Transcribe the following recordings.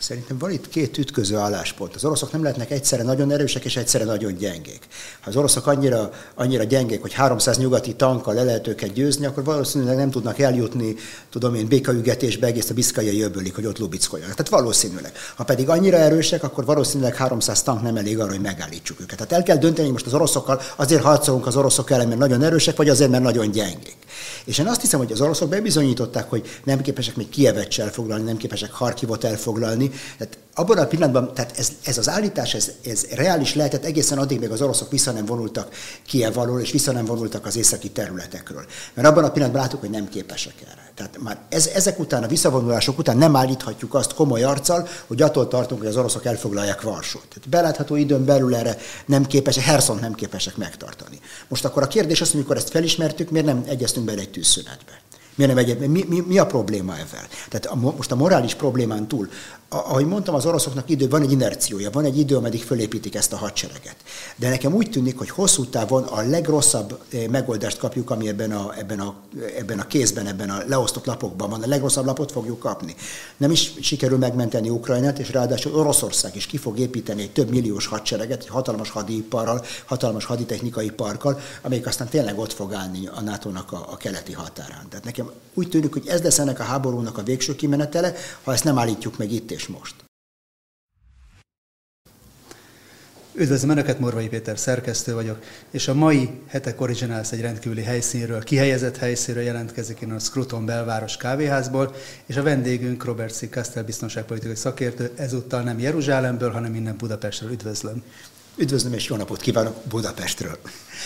Szerintem van itt két ütköző álláspont. Az oroszok nem lehetnek egyszerre nagyon erősek és egyszerre nagyon gyengék. Ha az oroszok annyira gyengék, hogy 300 nyugati tankkal le lehet őket győzni, akkor valószínűleg nem tudnak eljutni, tudom én, békaügetésbe egész a Biszkajai öbölig, hogy ott lubickoljanak. Tehát valószínűleg. Ha pedig annyira erősek, akkor valószínűleg 300 tank nem elég arra, hogy megállítsuk őket. Tehát el kell dönteni, hogy most az oroszokkal azért harcolunk az oroszok ellen, mert nagyon erősek, vagy azért, mert nagyon gyengék. És én azt hiszem, hogy az oroszok bebizonyították, hogy nem képesek még Kijevet se elfoglalni, nem képesek Harkivot elfoglalni. Tehát abban a pillanatban, tehát ez az állítás, ez reális lehetett egészen addig, még az oroszok vissza nem vonultak Kijev alól, és vissza nem vonultak az északi területekről. Mert abban a pillanatban láttuk, hogy nem képesek erre. Tehát már ezek után, a visszavonulások után nem állíthatjuk azt komoly arccal, hogy attól tartunk, hogy az oroszok elfoglalják Varsót. Tehát belátható időn belül erre nem képesek, Hersont nem képesek megtartani. Most akkor a kérdés az, hogy mikor ezt felismertük, miért nem egyeztünk bele egy tűzszünetbe? Mi a probléma ezzel? Tehát most a morális problémán túl, ahogy mondtam, az oroszoknak van egy inerciója, van egy idő, ameddig fölépítik ezt a hadsereget. De nekem úgy tűnik, hogy hosszú távon a legrosszabb megoldást kapjuk, ami ebben a kézben, ebben a leosztott lapokban van. A legrosszabb lapot fogjuk kapni. Nem is sikerül megmenteni Ukrajnát, és ráadásul Oroszország is ki fog építeni egy több milliós hadsereget, egy hatalmas hadiiparral, hatalmas haditechnikai parkkal, amelyik aztán tényleg ott fog állni a NATO-nak a keleti határán. Tehát nekem úgy tűnik, hogy ez lesz ennek a háborúnak a végső kimenetele, ha ezt nem állítjuk meg itt és most. Üdvözlöm Önöket, Morvai Péter szerkesztő vagyok, és a mai Hetek Originals egy rendkívüli helyszínről, kihelyezett helyszínről jelentkezik, én a Scruton belváros kávéházból, és a vendégünk Robert C. Castel biztonságpolitikai szakértő, ezúttal nem Jeruzsálemből, hanem innen Budapestről. Üdvözlöm! Üdvözlöm és jó napot kívánok Budapestről!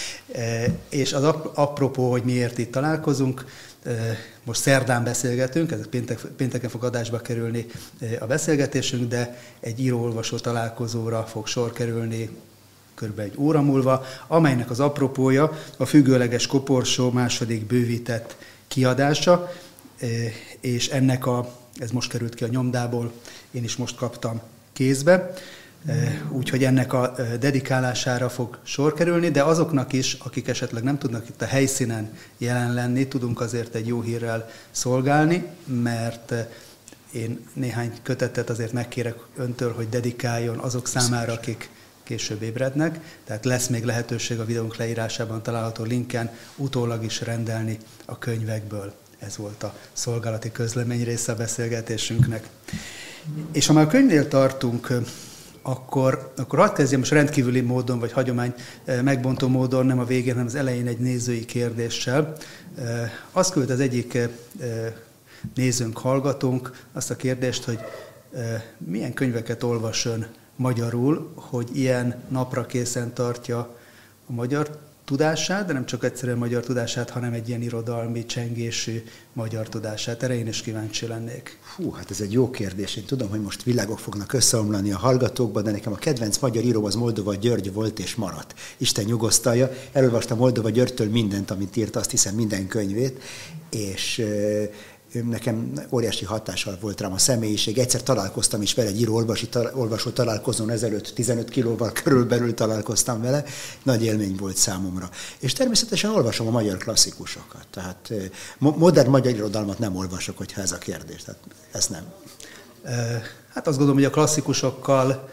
És az apropó, hogy miért itt találkozunk, most szerdán beszélgetünk, ez pénteken fog adásba kerülni a beszélgetésünk, de egy író-olvasó találkozóra fog sor kerülni kb. Egy óra múlva, amelynek az apropója a Függőleges koporsó második bővített kiadása, és ez most került ki a nyomdából, én is most kaptam kézbe. Úgyhogy ennek a dedikálására fog sor kerülni, de azoknak is, akik esetleg nem tudnak itt a helyszínen jelen lenni, tudunk azért egy jó hírrel szolgálni, mert én néhány kötetet azért megkérek öntől, hogy dedikáljon azok számára, akik később ébrednek. Tehát lesz még lehetőség a videónk leírásában található linken utólag is rendelni a könyvekből. Ez volt a szolgálati közlemény része a beszélgetésünknek. És ha már a könyvnél tartunk, akkor hadd kezdjem most rendkívüli módon, vagy hagyomány megbontó módon, nem a végén, hanem az elején egy nézői kérdéssel. Azt küldte az egyik nézőnk, hallgatónk azt a kérdést, hogy milyen könyveket olvas ön magyarul, hogy ilyen napra készen tartja a magyar tudását, de nem csak egyszerűen magyar tudását, hanem egy ilyen irodalmi, csengésű magyar tudását. Erre én is kíváncsi lennék. Hát ez egy jó kérdés. Én tudom, hogy most világok fognak összeomlani a hallgatókban, de nekem a kedvenc magyar íróm az Moldova György volt és maradt. Isten nyugosztalja. Elolvastam Moldova Györgytől mindent, amit írt, azt hiszem minden könyvét, és nekem óriási hatással volt rám a személyiség. Egyszer találkoztam is vele, egy író-olvasó találkozón ezelőtt 15 kilóval körülbelül találkoztam vele. Nagy élmény volt számomra. És természetesen olvasom a magyar klasszikusokat. Tehát modern magyar irodalmat nem olvasok, hogyha ez a kérdés. Tehát ezt nem. Hát azt gondolom, hogy a klasszikusokon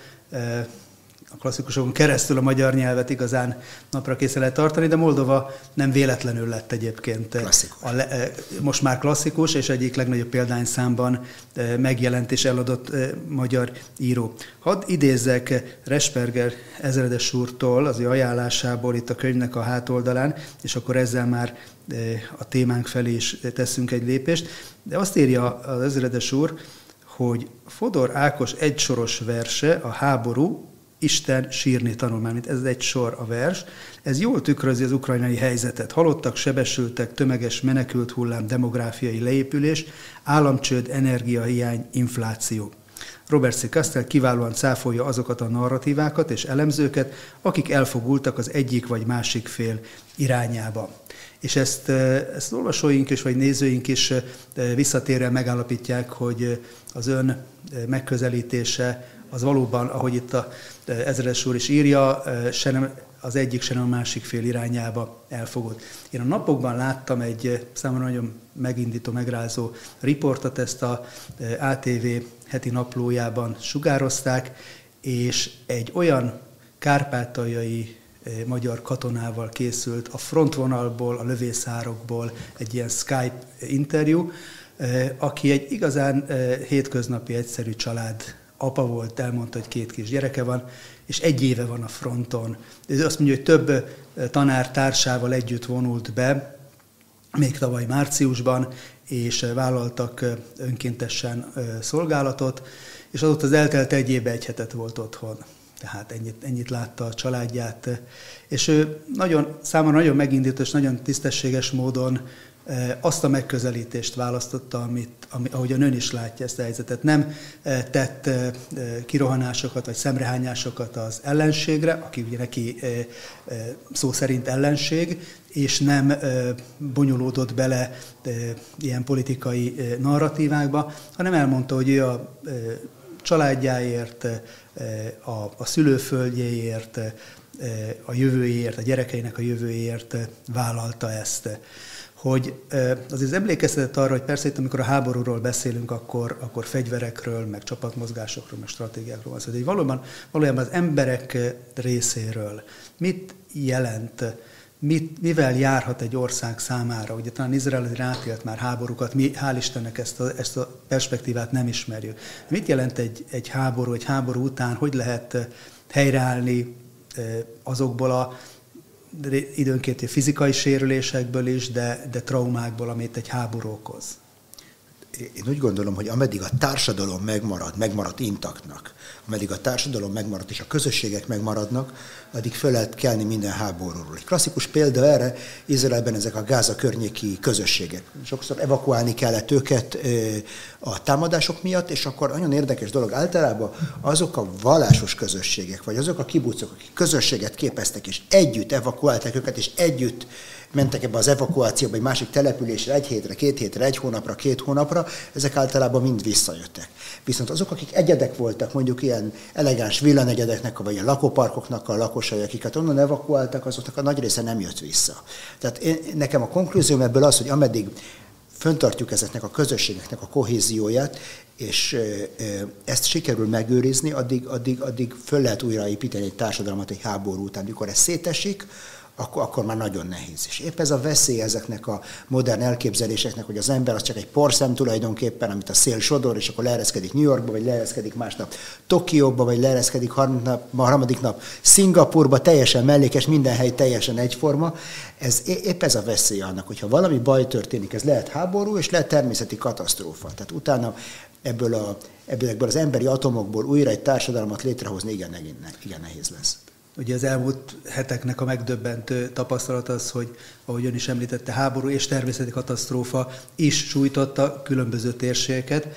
keresztül a magyar nyelvet igazán napra készen lehet tartani, de Moldova nem véletlenül lett egyébként most már klasszikus, és egyik legnagyobb példányszámban megjelent és eladott magyar író. Hadd idézzek Resperger ezredes úrtól, az ő ajánlásából itt a könyvnek a hátoldalán, és akkor ezzel már a témánk felé is teszünk egy lépést. De azt írja az ezredes úr, hogy Fodor Ákos egysoros verse, a háború, Isten sírni tanul, mint ez egy sor a vers. Ez jól tükrözi az ukrajnai helyzetet. Halottak, sebesültek, tömeges menekült hullám, demográfiai leépülés, államcsőd, energiahiány, infláció. Robert C. Castel kiválóan cáfolja azokat a narratívákat és elemzőket, akik elfogultak az egyik vagy másik fél irányába. És ezt olvasóink is, vagy nézőink is visszatérően megállapítják, hogy az ön megközelítése az valóban, ahogy itt a ezredes úr is írja, az egyik sem a másik fél irányába elfogott. Én a napokban láttam egy számomra nagyon megindító, megrázó riportot, ezt a ATV heti naplójában sugározták, és egy olyan kárpátaljai magyar katonával készült a frontvonalból, a lövészárokból egy ilyen Skype interjú, aki egy igazán hétköznapi, egyszerű család apa volt, elmondta, hogy 2 kis gyereke van, és 1 éve van a fronton. Ez azt mondja, hogy több tanár társával együtt vonult be, még tavaly márciusban, és vállaltak önkéntesen szolgálatot, és azóta az eltelt 1 évben 1 hetet volt otthon. Tehát ennyit látta a családját. És ő számomra nagyon megindító és nagyon tisztességes módon azt a megközelítést választotta, ahogyan ön is látja ezt a helyzetet. Nem tett kirohanásokat vagy szemrehányásokat az ellenségre, aki ugye neki szó szerint ellenség, és nem bonyolódott bele ilyen politikai narratívákba, hanem elmondta, hogy ő a családjáért, a szülőföldjéért, a jövőjéért, a gyerekeinek a jövőjéért vállalta ezt. Hogy azért emlékeztetett arra, hogy persze itt, amikor a háborúról beszélünk, akkor fegyverekről, meg csapatmozgásokról, meg stratégiákról van szó. De valójában az emberek részéről mit jelent, mivel járhat egy ország számára? Ugye talán Izrael átélt már háborúkat, mi hál' Istennek ezt a perspektívát nem ismerjük. Mit jelent egy háború után, hogy lehet helyreállni azokból a időnként fizikai sérülésekből is, de traumákból, amit egy háború okoz? Én úgy gondolom, hogy ameddig a társadalom megmarad intaktnak, ameddig a társadalom megmarad és a közösségek megmaradnak, addig föl lehet kelni minden háborúról. Egy klasszikus példa erre Izraelben ezek a Gáza környéki közösségek. Sokszor evakuálni kellett őket a támadások miatt, és akkor nagyon érdekes dolog. Általában azok a vallásos közösségek, vagy azok a kibucok, akik közösséget képeztek, és együtt evakuálták őket, és együtt mentek ebbe az evakuációba egy másik településre 1 hétre, 2 hétre, 1 hónapra, 2 hónapra, ezek általában mind visszajöttek. Viszont azok, akik egyedek voltak, mondjuk ilyen elegáns villanegyedeknek, vagy ilyen lakóparkoknak a lakosai, akiket onnan evakuáltak, azoknak a nagy része nem jött vissza. Tehát nekem a konklúzióm ebből az, hogy ameddig fenntartjuk ezeknek a közösségeknek a kohézióját, és ezt sikerül megőrizni, addig föl lehet újraépíteni egy társadalmat egy háború után. Mikor ez szétesik, akkor már nagyon nehéz. És épp ez a veszély ezeknek a modern elképzeléseknek, hogy az ember az csak egy porszem tulajdonképpen, amit a szél sodor, és akkor leereszkedik New Yorkba, vagy leereszkedik másnap Tokióba, vagy leereszkedik harmadik nap Szingapurba, teljesen mellékes, minden hely teljesen egyforma. Épp ez a veszély annak, hogyha valami baj történik, ez lehet háború, és lehet természeti katasztrófa. Tehát utána ebből az emberi atomokból újra egy társadalmat létrehozni igen nehéz lesz. Ugye az elmúlt heteknek a megdöbbentő tapasztalat az, hogy ahogy ön is említette, háború és természeti katasztrófa is sújtotta különböző térségeket,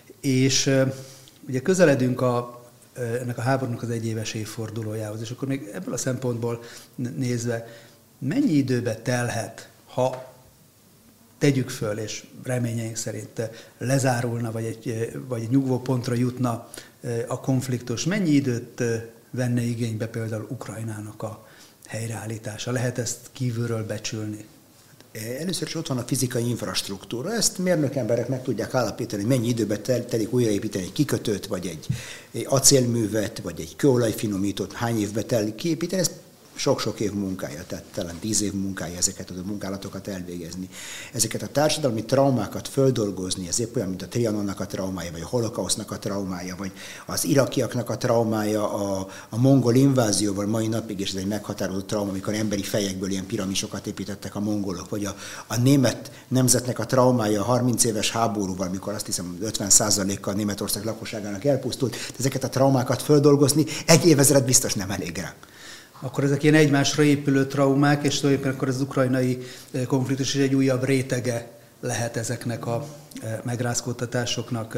és ugye közeledünk ennek a háborúnak az 1 éves évfordulójához, és akkor még ebből a szempontból nézve, mennyi időbe telhet, ha tegyük föl, és reményeink szerint lezárulna, vagy egy nyugvópontra jutna a konfliktus, mennyi időt venne igénybe például Ukrajnának a helyreállítása? Lehet ezt kívülről becsülni? Először is ott van a fizikai infrastruktúra. Ezt mérnökemberek meg tudják állapítani, mennyi időbe telik újraépíteni egy kikötőt, vagy egy acélművet, vagy egy kőolajfinomítót, hány évbe telik kiépíteni. Ez sok-sok év munkája, tehát talán 10 év munkája ezeket a munkálatokat elvégezni. Ezeket a társadalmi traumákat földolgozni, ez épp olyan, mint a Trianonnak a traumája, vagy a holokausznak a traumája, vagy az irakiaknak a traumája, a mongol invázióval mai napig, és ez egy meghatározó trauma, amikor emberi fejekből ilyen piramisokat építettek a mongolok, vagy a német nemzetnek a traumája a 30 éves háborúval, amikor azt hiszem 50%-kal Németország lakosságának elpusztult, ezeket a traumákat földolgozni 1 évezred biztos nem elég rá. Akkor ezek ilyen egymásra épülő traumák, és tulajdonképpen akkor az ukrajnai konfliktus is egy újabb rétege lehet ezeknek a megrázkódtatásoknak.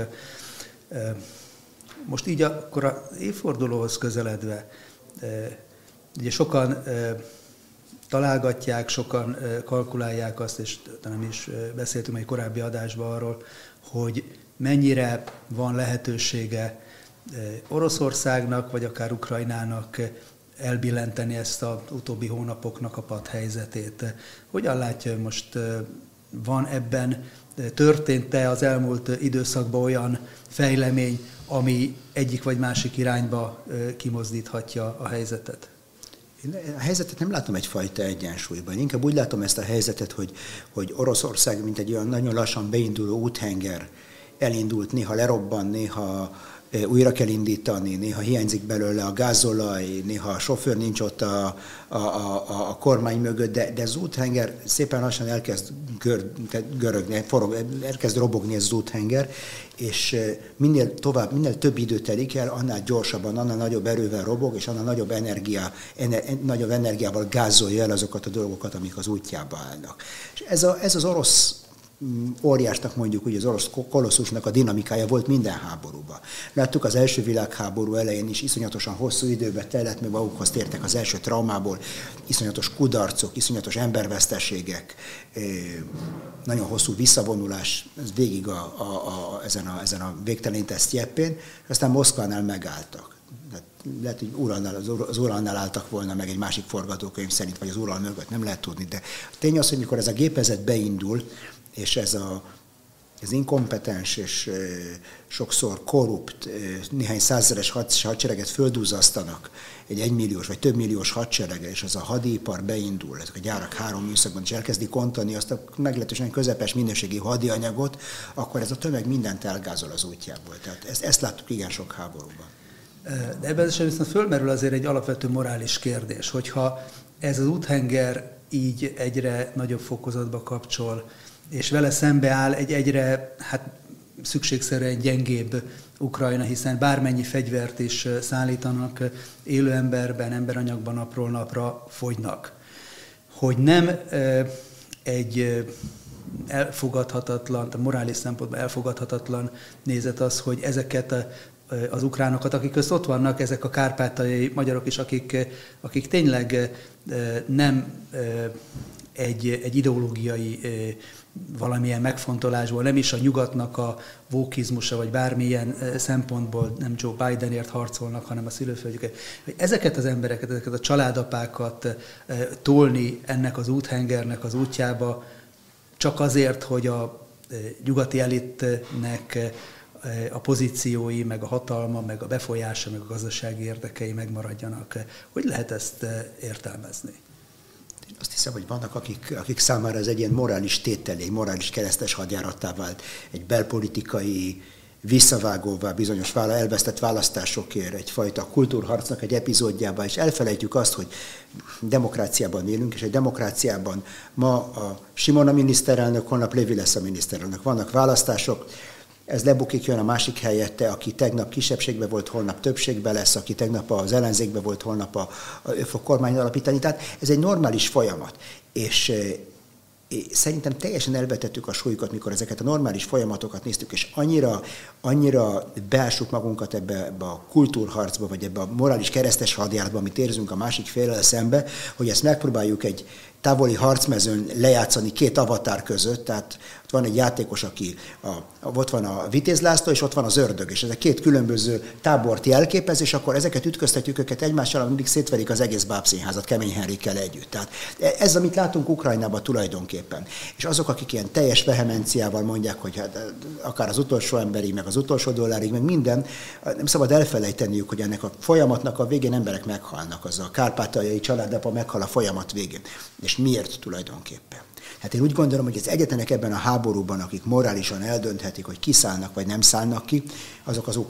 Most így akkor az évfordulóhoz közeledve, ugye sokan találgatják, sokan kalkulálják azt, és talán mi is beszéltünk egy korábbi adásban arról, hogy mennyire van lehetősége Oroszországnak, vagy akár Ukrajnának elbillenteni ezt az utóbbi hónapoknak a padhelyzetét. Hogyan látja, most van ebben, történt-e az elmúlt időszakban olyan fejlemény, ami egyik vagy másik irányba kimozdíthatja a helyzetet? Én a helyzetet nem látom egyfajta egyensúlyban. Inkább úgy látom ezt a helyzetet, hogy Oroszország, mint egy olyan nagyon lassan beinduló úthenger, elindult, néha lerobban, néha újra kell indítani, néha hiányzik belőle a gázolaj, néha a sofőr nincs ott a kormány mögött, de az úthenger szépen lassan elkezd görögni, elkezd robogni ez az úthenger, és minél több idő telik el, annál gyorsabban, annál nagyobb erővel robog, és annál nagyobb energiával gázolja el azokat a dolgokat, amik az útjába állnak. És ez az orosz óriásnak mondjuk, ugye az orosz kolosszusnak a dinamikája volt minden háborúban. Láttuk az első világháború elején is, iszonyatosan hosszú időbe tellett, még magukhoz tértek az első traumából, iszonyatos kudarcok, iszonyatos emberveszteségek, nagyon hosszú visszavonulás, ez végig ezen a végtelenített sztyeppén, aztán Moszkvánál megálltak. Lehet, hogy az Uralnál álltak volna meg egy másik forgatókönyv szerint, vagy az Ural mögött, nem lehet tudni, de tény az, hogy mikor ez a gépezet beindul, és ez az inkompetens és sokszor korrupt, néhány százezeres hadsereget földúzasztanak egy egymilliós vagy több milliós hadseregre, és az a hadipar beindul, ezek a gyárak 3 műszakban, és elkezdi kontani azt a meglehetősen közepes minőségi hadianyagot, akkor ez a tömeg mindent elgázol az útjából. Tehát ezt láttuk igen sok háborúban. De ebben esetben viszont fölmerül azért egy alapvető morális kérdés, hogyha ez az úthenger így egyre nagyobb fokozatba kapcsol, és vele szembe áll egy egyre szükségszerűen gyengébb Ukrajna, hiszen bármennyi fegyvert is szállítanak, élő emberben, emberanyagban napról napra fogynak. Hogy nem egy elfogadhatatlan, a morális szempontból elfogadhatatlan nézet az, hogy ezeket az ukránokat, akik közt ott vannak, ezek a kárpátaljai magyarok is, akik tényleg nem egy ideológiai valamilyen megfontolásból, nem is a nyugatnak a vókizmusa, vagy bármilyen szempontból nem Joe Bidenért harcolnak, hanem a szülőföldjüket. Ezeket az embereket, ezeket a családapákat tolni ennek az úthengernek az útjába, csak azért, hogy a nyugati elitnek a pozíciói, meg a hatalma, meg a befolyása, meg a gazdasági érdekei megmaradjanak. Hogy lehet ezt értelmezni? Én azt hiszem, hogy vannak, akik számára ez egy ilyen morális tétel, egy morális keresztes hadjárattá vált, egy belpolitikai visszavágóvá bizonyos elvesztett választásokért, egyfajta kultúrharcnak egy epizódjában, és elfelejtjük azt, hogy demokráciában élünk, és egy demokráciában ma a Simona miniszterelnök, holnap Lévi lesz a miniszterelnök. Vannak választások, ez lebukik, jön a másik helyette, aki tegnap kisebbségben volt, holnap többségben lesz, aki tegnap az ellenzékben volt, holnap ő fog kormányt alapítani. Tehát ez egy normális folyamat. És szerintem teljesen elvetettük a súlyukat, mikor ezeket a normális folyamatokat néztük, és annyira beássuk magunkat ebbe a kultúrharcba, vagy ebbe a morális keresztes hadjáratba, amit érzünk a másik féllel szembe, hogy ezt megpróbáljuk egy távoli harcmezőn lejátszani 2 avatár között, tehát ott van egy játékos, aki ott van a Vitéz László, és ott van az ördög, és ezek 2 különböző tábort jelképez, és akkor ezeket ütköztetjük őket egymással, mindig szétverik az egész bábszínházat Kemény Henrikkel együtt. Tehát ez, amit látunk Ukrajnában tulajdonképpen. És azok, akik ilyen teljes vehemenciával mondják, hogy hát akár az utolsó emberig, meg az utolsó dollárig, meg minden, nem szabad elfelejteniük, hogy ennek a folyamatnak a végén emberek meghalnak, az a kárpátaljai családapa meghal a folyamat végén. És miért tulajdonképpen? Hát én úgy gondolom, hogy az egyetlenek ebben a háborúban, akik morálisan eldönthetik, hogy kiszállnak vagy nem szállnak ki, azok az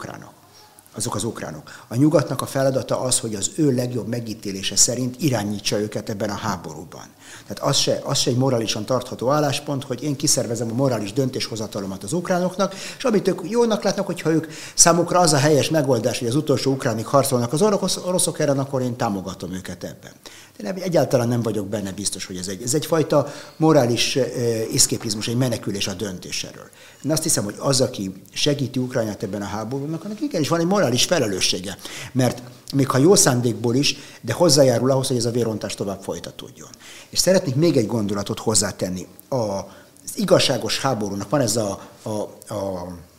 ukránok. A nyugatnak a feladata az, hogy az ő legjobb megítélése szerint irányítsa őket ebben a háborúban. Tehát az se egy morálisan tartható álláspont, hogy én kiszervezem a morális döntéshozatalomat az ukránoknak, és amit ők jónak látnak, hogyha ők számukra az a helyes megoldás, hogy az utolsó ukránig harcolnak az oroszok ellen, akkor én támogatom őket ebben. De egyáltalán nem vagyok benne biztos, hogy ez egyfajta morális eszképizmus, egy menekülés a döntéséről. Én azt hiszem, hogy az, aki segíti Ukrajnát ebben a háborúban, annak igenis van egy morális felelőssége. Mert még ha jó szándékból is, de hozzájárul ahhoz, hogy ez a vérontás tovább folytatódjon. És szeretnék még egy gondolatot hozzátenni. Az igazságos háborúnak van ez a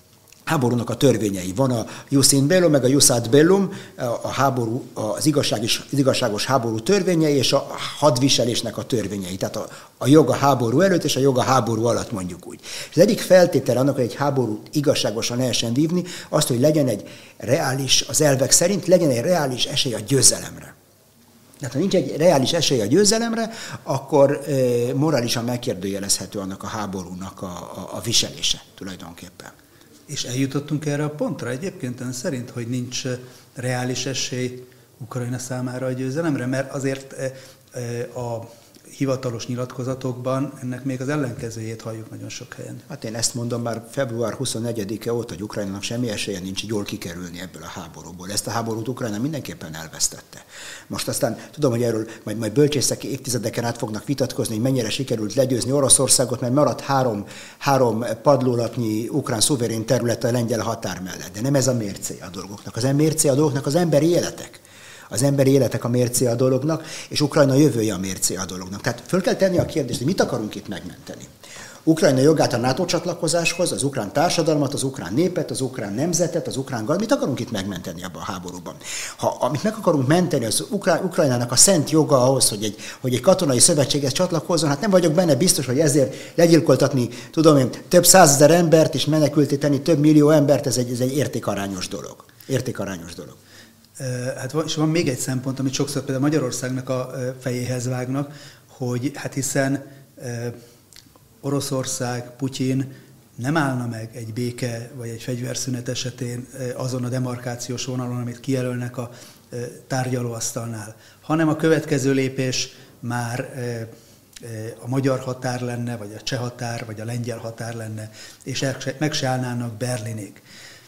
háborúnak a törvényei. Van a jus in bello, meg a jus ad bellum, a háború, az igazságos háború törvényei, és a hadviselésnek a törvényei. Tehát a jog a háború előtt, és a jog a háború alatt, mondjuk úgy. És az egyik feltétele annak, hogy egy háborút igazságosan lehessen vívni, azt, hogy legyen egy reális, az elvek szerint legyen egy reális esély a győzelemre. Tehát ha nincs egy reális esély a győzelemre, akkor morálisan megkérdőjelezhető annak a háborúnak a viselése tulajdonképpen. És eljutottunk erre a pontra egyébként ön szerint, hogy nincs reális esély Ukrajna számára a győzelemre? Mert azért a hivatalos nyilatkozatokban ennek még az ellenkezőjét halljuk nagyon sok helyen. Hát én ezt mondom már február 24-e óta, hogy Ukrajnának semmi esélye nincs jól kikerülni ebből a háborúból. Ezt a háborút Ukrajna mindenképpen elvesztette. Most aztán tudom, hogy erről majd bölcsészek évtizedeken át fognak vitatkozni, hogy mennyire sikerült legyőzni Oroszországot, mert maradt három padlólapnyi ukrán szuverén terület a lengyel határ mellett. De nem ez a mércéje a dolgoknak. Az mércéje a dolgoknak az emberi életek. Az emberi életek a mércéje a dolognak, és Ukrajna jövője a mércéje a dolognak. Tehát föl kell tenni a kérdést, hogy mit akarunk itt megmenteni. Ukrajna jogát a NATO csatlakozáshoz, az ukrán társadalmat, az ukrán népet, az ukrán nemzetet, az ukrán mit akarunk itt megmenteni abban a háborúban? Amit meg akarunk menteni, az Ukrajnának a szent joga ahhoz, hogy egy katonai szövetséghez csatlakozzon, hát nem vagyok benne biztos, hogy ezért legyilkoltatni, tudom én, több százezer embert és menekülté tenni több millió embert, ez egy értékarányos dolog. Értékarányos dolog. Hát van még egy szempont, amit sokszor például Magyarországnak a fejéhez vágnak, hogy hát hiszen Oroszország, Putyin nem állna meg egy béke vagy egy fegyverszünet esetén azon a demarkációs vonalon, amit kijelölnek a tárgyalóasztalnál, hanem a következő lépés már a magyar határ lenne, vagy a cseh határ, vagy a lengyel határ lenne, és meg se állnának Berlinig.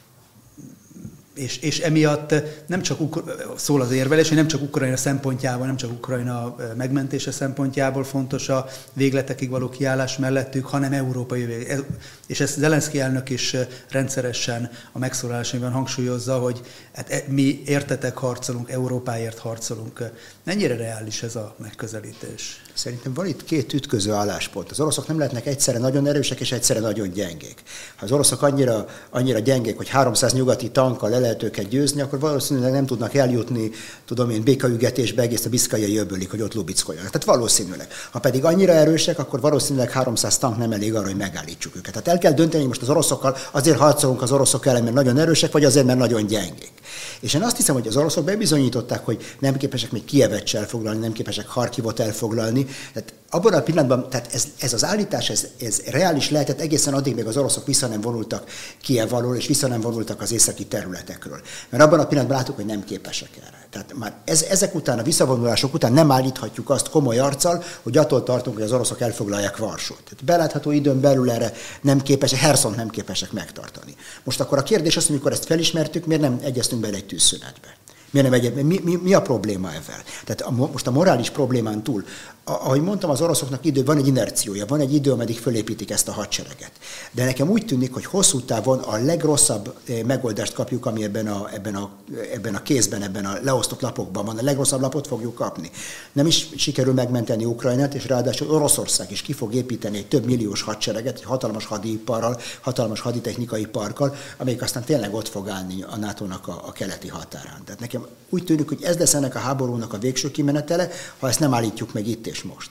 És emiatt nem csak szól az érvelés, hogy nem csak Ukrajna szempontjából, nem csak Ukrajna megmentése szempontjából fontos a végletekig való kiállás mellettük, hanem európai jövő. És ezt Zelenszky elnök is rendszeresen a megszólalásaiban hangsúlyozza, hogy hát mi értetek harcolunk, Európáért harcolunk. Mennyire reális ez a megközelítés? Szerintem van itt két ütköző álláspont. Az oroszok nem lehetnek egyszerre nagyon erősek, és egyszerre nagyon gyengék. Ha az oroszok annyira gyengék, hogy 300 nyugati tankkal le lehet őket győzni, akkor valószínűleg nem tudnak eljutni, tudom én, békaügetésbe egész a Biszkajai öbölig, hogy ott lubickoljanak. Tehát valószínűleg. Ha pedig annyira erősek, akkor valószínűleg 300 tank nem elég arra, hogy megállítsuk őket. Tehát el kell dönteni, hogy most az oroszokkal azért harcolunk az oroszok ellen, mert nagyon erősek, vagy azért, mert nagyon gyengék. És én azt hiszem, hogy az oroszok bebizonyították, hogy nem képesek még Kijevet se elfoglalni, nem képesek Harkivot elfoglalni. Tehát abban a pillanatban, tehát ez az állítás, ez reális lehetett egészen addig, még az oroszok vissza nem vonultak Kijev alól, és vissza nem vonultak az északi területekről. Mert abban a pillanatban láttuk, hogy nem képesek erre. Tehát már ezek után, a visszavonulások után nem állíthatjuk azt komoly arccal, hogy attól tartunk, hogy az oroszok elfoglalják Varsót. Tehát belátható időn belül erre nem képesek, Herszont nem képesek megtartani. Most akkor a kérdés az, hogy amikor ezt felismertük, miért nem egyeztünk bele egy tűzszünetbe? Mi a probléma ezzel? Tehát most a morális problémán túl, ahogy mondtam, az oroszoknak van egy inerciója, van egy idő, ameddig fölépítik ezt a hadsereget. De nekem úgy tűnik, hogy hosszú távon a legrosszabb megoldást kapjuk, ami ebben a kézben, ebben a leosztott lapokban van. A legrosszabb lapot fogjuk kapni. Nem is sikerül megmenteni Ukrajnát, és ráadásul Oroszország is ki fog építeni egy több milliós hadsereget, egy hatalmas hadiiparral, hatalmas haditechnikai parkkal, amelyik aztán tényleg ott fog állni a NATO-nak a keleti határán. Tehát nekem úgy tűnik, hogy ez lesz ennek a háborúnak a végső kimenetele, ha ezt nem állítjuk meg itt és most.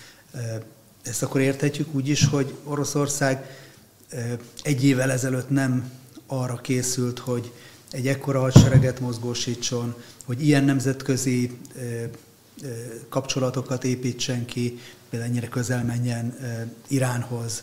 Ezt akkor érthetjük úgy is, hogy Oroszország egy évvel ezelőtt nem arra készült, hogy egy ekkora hadsereget mozgósítson, hogy ilyen nemzetközi kapcsolatokat építsen ki, például ennyire közel menjen Iránhoz,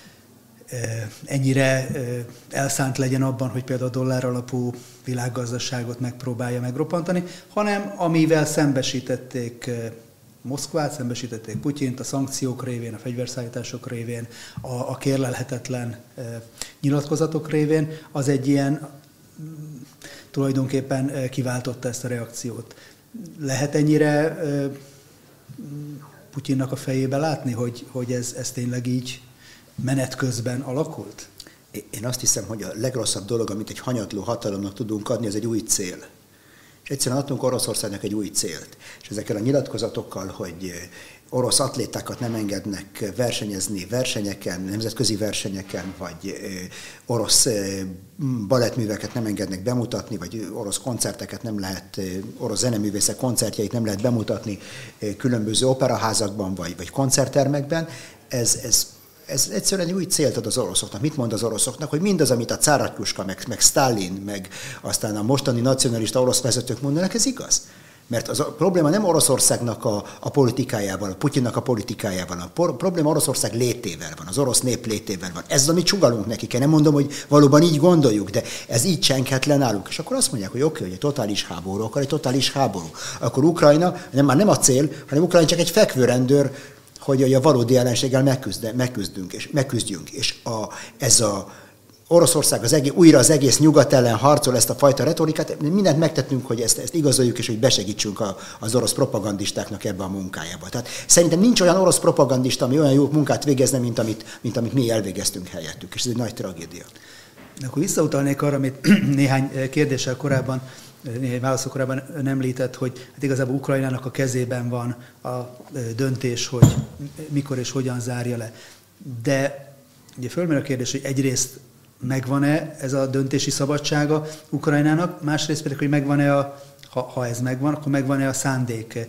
ennyire elszánt legyen abban, hogy például a dollár alapú világgazdaságot megpróbálja megroppantani, hanem amivel szembesítették Moszkvát, szembesítették Putyint a szankciók révén, a fegyverszállítások révén, a kérlelhetetlen nyilatkozatok révén, az egy ilyen tulajdonképpen kiváltotta ezt a reakciót. Lehet ennyire Putyinnak a fejébe látni, hogy ez tényleg így menet közben alakult? Én azt hiszem, hogy a legrosszabb dolog, amit egy hanyatló hatalomnak tudunk adni, az egy új cél. És egyszerűen adtunk Oroszországnak egy új célt. És ezekkel a nyilatkozatokkal, hogy orosz atlétákat nem engednek versenyezni versenyeken, nemzetközi versenyeken, vagy orosz balettműveket nem engednek bemutatni, vagy orosz koncerteket nem lehet, orosz zeneművészek koncertjeit nem lehet bemutatni különböző operaházakban, vagy koncerttermekben. Ez egyszerűen egy új célt ad az oroszoknak. Mit mond az oroszoknak? Hogy mindaz, amit a Cáratjuska, meg Sztálin, meg aztán a mostani nacionalista orosz vezetők mondanak, ez igaz. Mert az a probléma nem Oroszországnak a politikájával, a Putyinnak a politikájával, a probléma Oroszország létével van, az orosz nép létével van. Ez az, amit sugallunk nekik. Én nem mondom, hogy valóban így gondoljuk, de ez így csenghet le náluk. És akkor azt mondják, hogy oké, hogy egy totális háború, akkor egy totális háború. Akkor Ukrajna már nem a cél, hanem Ukrajna csak egy fekvőrendőr, hogy a valódi ellenséggel megküzdjünk. És ez a Oroszország újra az egész nyugat ellen harcol, ezt a fajta retorikát, mindent megtettünk, hogy ezt igazoljuk, és hogy besegítsünk az orosz propagandistáknak ebbe a munkájába. Tehát szerintem nincs olyan orosz propagandista, ami olyan jó munkát végezne, mint amit mi elvégeztünk helyettük, és ez egy nagy tragédia. Akkor visszautalnék arra, amit néhány kérdéssel korábban, néhány válaszok korábban ön említett, hogy hát igazából Ukrajnának a kezében van a döntés, hogy mikor és hogyan zárja le. De ugye fölmerül a kérdés, hogy egyrészt megvan-e ez a döntési szabadsága Ukrajnának, másrészt pedig, hogy megvan-e ha ez megvan, akkor megvan-e a szándék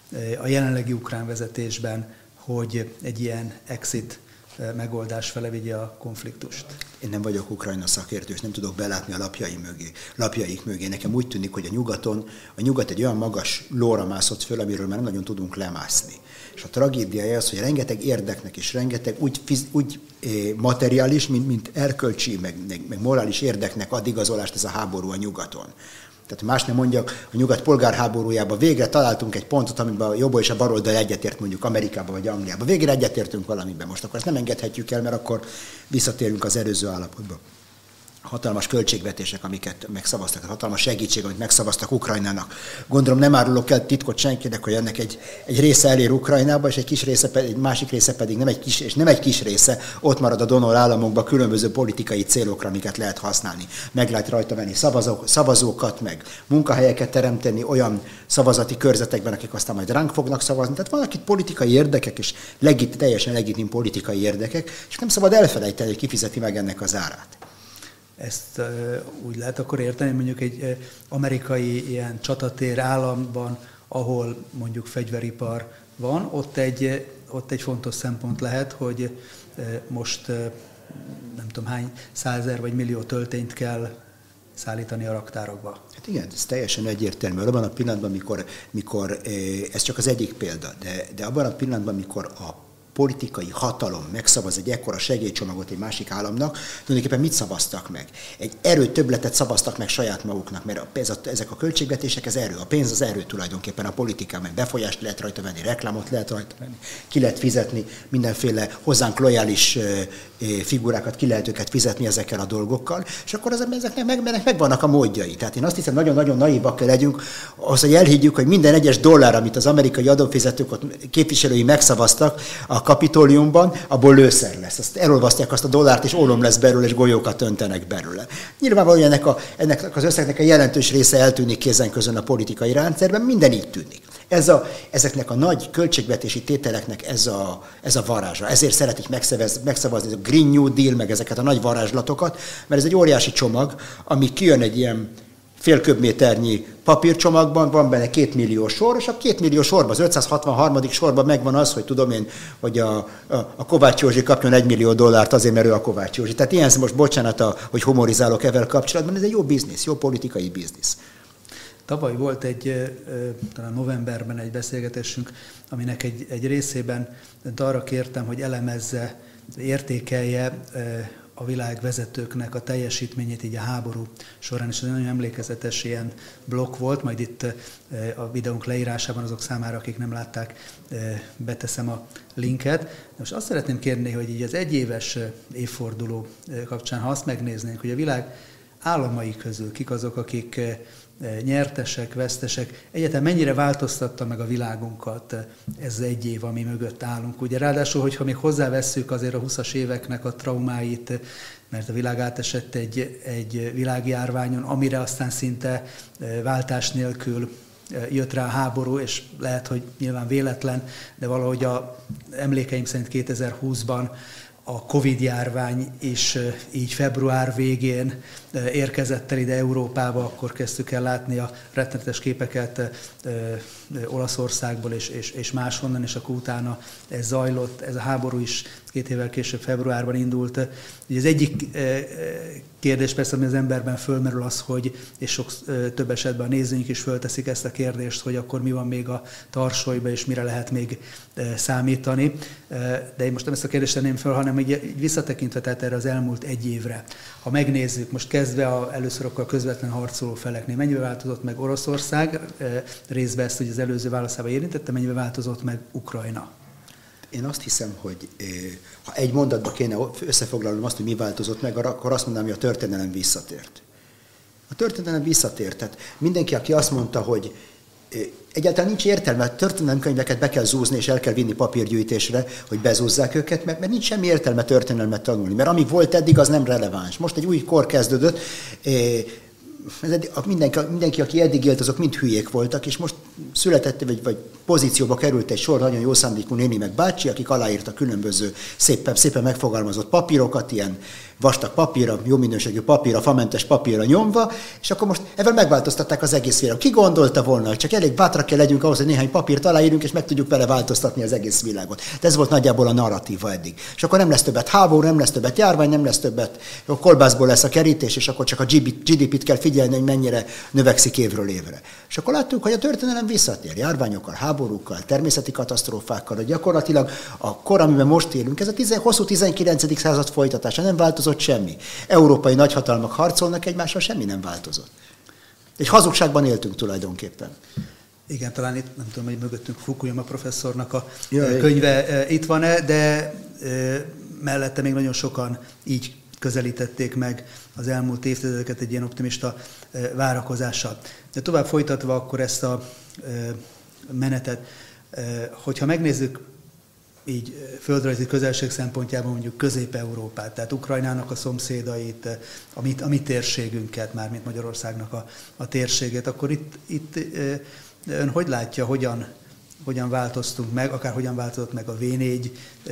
a jelenlegi ukrán vezetésben, hogy egy ilyen exit megoldás fele vigye a konfliktust. Én nem vagyok Ukrajna szakértő, és nem tudok belátni a lapjaik mögé. Nekem úgy tűnik, hogy a nyugat egy olyan magas lóra mászott föl, amiről már nem nagyon tudunk lemászni. És a tragédiája az, hogy rengeteg érdeknek és rengeteg úgy materiális, mint erkölcsi, meg morális érdeknek ad igazolást ez a háború a nyugaton. Tehát más nem mondjak, a nyugat polgárháborújában végre találtunk egy pontot, amiben a jobb és a baloldal egyetért, mondjuk Amerikában vagy Angliában. Végre egyetértünk valamiben most, akkor ezt nem engedhetjük el, mert akkor visszatérünk az előző állapotba. Hatalmas költségvetések, amiket megszavaztak, hatalmas segítség, amit megszavaztak Ukrajnának. Gondolom nem árulok el titkot senkinek, hogy ennek egy része elér Ukrajnába, és egy másik része pedig nem egy kis része, ott marad a donor államokban különböző politikai célokra, amiket lehet használni. Meg lehet rajta venni szavazókat, meg munkahelyeket teremteni olyan szavazati körzetekben, akik aztán majd ránk fognak szavazni. Tehát vannak itt politikai érdekek, és teljesen legitim politikai érdekek, és nem szabad elfelejteni, hogy kifizeti meg ennek az árát. Ezt úgy lehet akkor érteni, mondjuk egy amerikai ilyen csatatér államban, ahol mondjuk fegyveripar van, ott egy fontos szempont lehet, hogy most nem tudom hány százezer vagy millió töltényt kell szállítani a raktárokba. Hát igen, ez teljesen egyértelmű. Abban a pillanatban, mikor ez csak az egyik példa, de abban a pillanatban, mikor a politikai hatalom megszavaz egy ekkora segélycsomagot egy másik államnak, tulajdonképpen mit szavaztak meg? Egy erőtöbbletet szavaztak meg saját maguknak, mert ezek a költségvetések, ez erő. A pénz az erő tulajdonképpen a politikában, mert befolyást lehet rajta venni, reklámot lehet rajta venni, ki lehet fizetni, mindenféle hozzánk lojális figurákat ki lehet őket fizetni ezekkel a dolgokkal, és akkor ezeknek megvannak a módjai. Tehát én azt hiszem, nagyon-nagyon naívak kell legyünk, ahhoz, hogy elhiggyük, hogy minden egyes dollár, amit az amerikai adófizetők képviselői megszavaztak a Kapitóliumban, abból lőszer lesz. Azt elolvasztják azt a dollárt, és ólom lesz belőle, és golyókat öntenek belőle. Nyilvánvalóan ennek az összegnek a jelentős része eltűnik kézen-közön a politikai rendszerben, minden így tűnik. Ezeknek a nagy költségvetési tételeknek ez a varázsa. Ezért szeretik megszavazni a Green New Deal, meg ezeket a nagy varázslatokat, mert ez egy óriási csomag, ami kijön egy ilyen fél köbméternyi papírcsomagban, van benne 2 millió sor, és a 2 millió sorban, az 563. sorban megvan az, hogy tudom én, hogy a Kovács Józsi kapjon $1 millió azért, mert ő a Kovács Józsi. Tehát ilyen, most bocsánat, hogy humorizálok ezzel kapcsolatban, ez egy jó biznisz, jó politikai biznisz. Tavaly volt talán novemberben egy beszélgetésünk, aminek egy részében arra kértem, hogy elemezze, értékelje a világ vezetőknek a teljesítményét így a háború során, és ez egy nagyon emlékezetes ilyen blokk volt, majd itt a videónk leírásában azok számára, akik nem látták, beteszem a linket. Most azt szeretném kérni, hogy így az egyéves évforduló kapcsán, ha azt megnéznénk, hogy a világ államai közül kik azok, akik nyertesek, vesztesek, egyáltalán mennyire változtatta meg a világunkat ez egy év, ami mögött állunk. Ugye ráadásul, hogyha még hozzávesszük azért a 20-as éveknek a traumáit, mert a világ átesett egy világjárványon, amire aztán szinte váltás nélkül jött rá a háború, és lehet, hogy nyilván véletlen, de valahogy a emlékeim szerint 2020-ban a Covid-járvány is így február végén érkezett el ide Európába, akkor kezdtük el látni a rettenetes képeket Olaszországból és máshonnan, és akkor utána ez zajlott, ez a háború is 2 évvel később februárban indult. Ugye az egyik kérdés persze, ami az emberben fölmerül az, hogy, és több esetben a nézőink is fölteszik ezt a kérdést, hogy akkor mi van még a tarsolyban, és mire lehet még számítani. De én most nem ezt a kérdést tenném föl, hanem így visszatekintve tehát erre az elmúlt 1 évre. Ha megnézzük, most kezdve először akkor a közvetlen harcoló feleknél, mennyibe változott meg Oroszország, részben ezt ugye az előző válaszában érintette, mennyibe változott meg Ukrajna? Én azt hiszem, hogy ha egy mondatba kéne összefoglalnom azt, hogy mi változott meg, akkor azt mondanám, hogy a történelem visszatért. A történelem visszatért. Tehát mindenki, aki azt mondta, hogy egyáltalán nincs értelme, történelemkönyveket be kell zúzni, és el kell vinni papírgyűjtésre, hogy bezúzzák őket, mert nincs semmi értelme történelmet tanulni. Mert ami volt eddig, az nem releváns. Most egy új kor kezdődött, mindenki, aki eddig élt, azok mind hülyék voltak, és most született, vagy pozícióba került egy sor nagyon jó szándékú néni meg bácsi, akik aláírtak különböző szépen megfogalmazott papírokat, ilyen vastag papírra, jó minőségű papírra, famentes papírra nyomva, és akkor most ezzel megváltoztatták az egész világot. Ki gondolta volna, hogy csak elég bátrak kell legyünk ahhoz, hogy néhány papírt aláírjunk, és meg tudjuk vele változtatni az egész világot. De ez volt nagyjából a narratíva eddig. És akkor nem lesz többet háború, nem lesz többet járvány, nem lesz többet, a kolbászból lesz a kerítés, és akkor csak a GDP-t kell figyelni, hogy mennyire növekszik évről évre. És akkor láttuk, hogy a történelem visszatér járványokkal, háborúkkal, természeti katasztrófákkal, hogy gyakorlatilag a kor, amiben most élünk, ez a hosszú 19. század folytatása, nem változott semmi. Európai nagyhatalmak harcolnak egymással, semmi nem változott. Egy hazugságban éltünk tulajdonképpen. Igen, talán itt, nem tudom, hogy mögöttünk Fukuyama professzornak a könyve itt van-e, de mellette még nagyon sokan így közelítették meg az elmúlt évtizedeket egy ilyen optimista várakozással. De tovább folytatva akkor ezt a menetet, hogyha megnézzük így földrajzi közelség szempontjában mondjuk Közép-Európát, tehát Ukrajnának a szomszédait, a mi térségünket, mármint Magyarországnak a térségét, akkor itt ön hogy látja, hogyan változtunk meg, akár hogyan változott meg a V4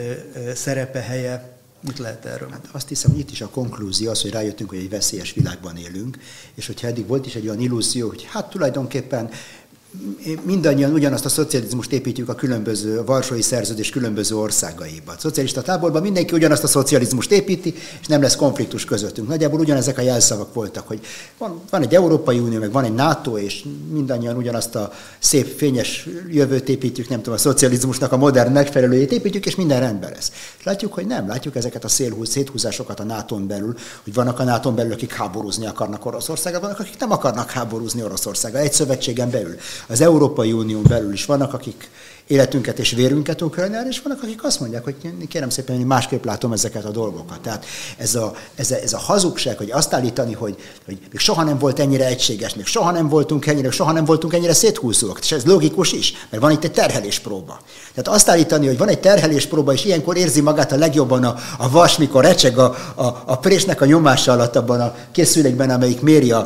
szerepe, helye? Mit lehet erről? Hát azt hiszem, hogy itt is a konklúzió az, hogy rájöttünk, hogy egy veszélyes világban élünk, és hogyha eddig volt is egy olyan illúzió, hogy hát tulajdonképpen mindannyian ugyanazt a szocializmust építjük a Varsói Szerződés különböző országaiban. A szocialista táborban mindenki ugyanazt a szocializmust építi, és nem lesz konfliktus közöttünk. Nagyjából ugyanezek a jelszavak voltak, hogy van egy Európai Unió, meg van egy NATO, és mindannyian ugyanazt a szép, fényes jövőt építjük, nem tudom, a szocializmusnak a modern megfelelőjét építjük, és minden rendben lesz. Látjuk, hogy nem. Látjuk ezeket a széthúzásokat a NATO-n belül, hogy vannak a NATO-n belül, akik háborúzni akarnak Oroszországgal, vannak, akik nem akarnak háborúzni Oroszországgal, egy szövetségen belül. Az Európai Unión belül is vannak, akik életünket és vérünket Ukrajnára, és vannak, akik azt mondják, hogy kérem szépen, hogy másképp látom ezeket a dolgokat. Tehát ez a hazugság, hogy azt állítani, hogy még soha nem volt ennyire egységes, még soha nem voltunk ennyire széthúzóak, és ez logikus is, mert van itt egy terheléspróba. Tehát azt állítani, hogy van egy terheléspróba, és ilyenkor érzi magát a legjobban a vas, mikor recseg a présnek a nyomása alatt abban a készülékben, amelyik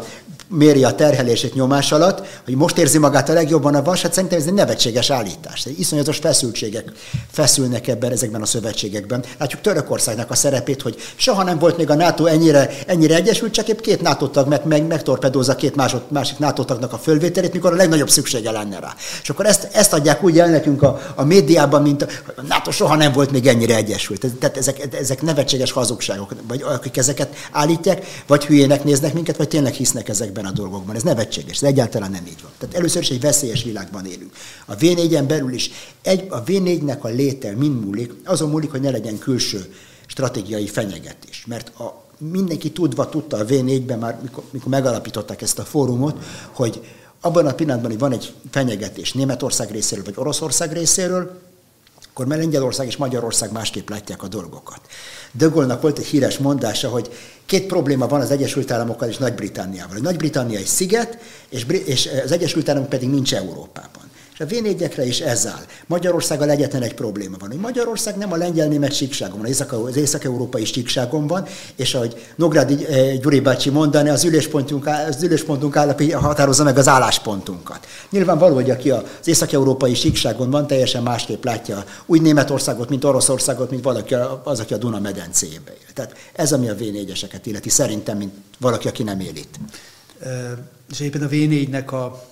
méri a terhelését nyomás alatt, hogy most érzi magát a legjobban a vas, hát szerintem ez egy nevetséges állítás. Iszonyatos feszültségek feszülnek ezekben a szövetségekben. Látjuk Törökországnak a szerepét, hogy soha nem volt még a NATO ennyire egyesült, csak épp 2 NATO tag megtorpedózza 2 másik NATO tagnak a fölvételét, mikor a legnagyobb szüksége lenne rá. És akkor ezt adják úgy el nekünk a médiában, mint a NATO soha nem volt még ennyire egyesült. Tehát ezek nevetséges hazugságok, vagy akik ezeket állítják, vagy hülyének néznek minket, vagy tényleg hisznek ezekben a dolgokban. Ez nevetséges, ez egyáltalán nem így van. Tehát először is egy veszélyes világban élünk. A V4-en belül is a V4-nek a léte mind múlik, azon múlik, hogy ne legyen külső stratégiai fenyegetés. Mert mindenki tudta a V4-ben már, mikor megalapították ezt a fórumot, hogy abban a pillanatban, hogy van egy fenyegetés Németország részéről, vagy Oroszország részéről, akkor már Lengyelország és Magyarország másképp látják a dolgokat. De Gaullenak volt egy híres mondása, hogy 2 probléma van az Egyesült Államokkal és Nagy-Britanniával. Nagy-Britannia egy sziget, és az Egyesült Államok pedig nincs Európában. És a V4-ekre is ez áll. Magyarországgal egyetlen egy probléma van, hogy Magyarország nem a lengyel-német síkságon van, az észak-európai síkságon van, és ahogy Nógrádi Gyuri bácsi mondani, az üléspontunk határozza meg az álláspontunkat. Nyilvánvaló, hogy aki az észak-európai síkságon van, teljesen másképp látja úgy Németországot, mint Oroszországot, mint valaki az, aki a Duna medencéjébe él. Tehát ez, ami a V4-eseket illeti, szerintem, mint valaki, aki nem él itt. És éppen a V4-nek a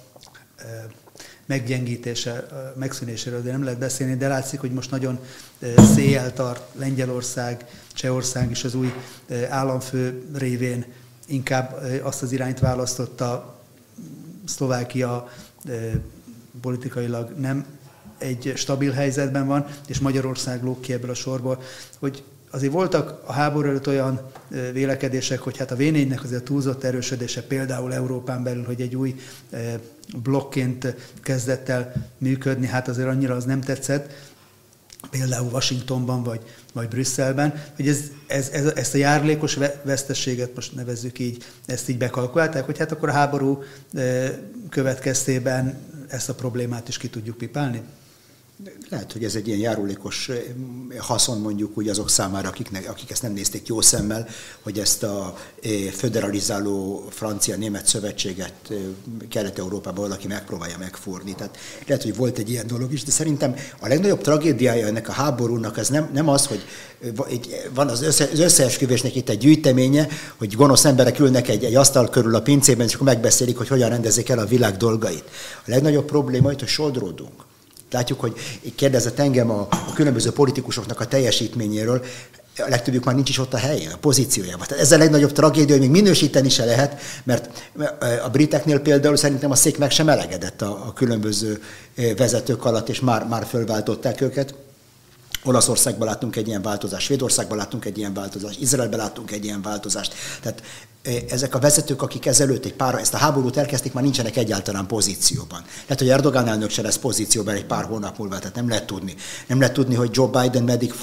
meggyengítése, megszűnéséről de nem lehet beszélni, de látszik, hogy most nagyon széjjel tart Lengyelország, Csehország is az új államfő révén inkább azt az irányt választotta. Szlovákia politikailag nem egy stabil helyzetben van, és Magyarország lóg ki ebből a sorból, hogy azért voltak a háború előtt olyan vélekedések, hogy hát a V4-nek azért túlzott erősödése például Európán belül, hogy egy új blokként kezdett el működni, hát azért annyira az nem tetszett, például Washingtonban vagy Brüsszelben, hogy ezt a járulékos veszteséget, most nevezzük így, ezt így bekalkulálták, hogy hát akkor a háború következtében ezt a problémát is ki tudjuk pipálni? Lehet, hogy ez egy ilyen járulékos haszon mondjuk úgy azok számára, akik ezt nem nézték jó szemmel, hogy ezt a föderalizáló francia-német szövetséget Kelet-Európában valaki megpróbálja megfúrni. Tehát lehet, hogy volt egy ilyen dolog is, de szerintem a legnagyobb tragédiája ennek a háborúnak az nem az, hogy van az összeesküvésnek itt egy gyűjteménye, hogy gonosz emberek ülnek egy asztal körül a pincében, és akkor megbeszélik, hogy hogyan rendezik el a világ dolgait. A legnagyobb probléma itt, hogy sodródunk. Látjuk, hogy kérdezett engem a különböző politikusoknak a teljesítményéről, a legtöbbjük már nincs is ott a helyen, a pozíciójában. Tehát ez a legnagyobb tragédia, hogy még minősíteni se lehet, mert a briteknél például szerintem a szék meg sem melegedett a különböző vezetők alatt, és már fölváltották őket. Olaszországban láttunk egy ilyen változást, Svédországban láttunk egy ilyen változást, Izraelben láttunk egy ilyen változást. Tehát ezek a vezetők, akik ezelőtt ezt a háborút elkezdték, már nincsenek egyáltalán pozícióban. Lehet, hogy Erdogan elnök se lesz pozícióban egy pár hónap múlva, tehát nem lehet tudni. Nem lehet tudni, hogy Joe Biden meddig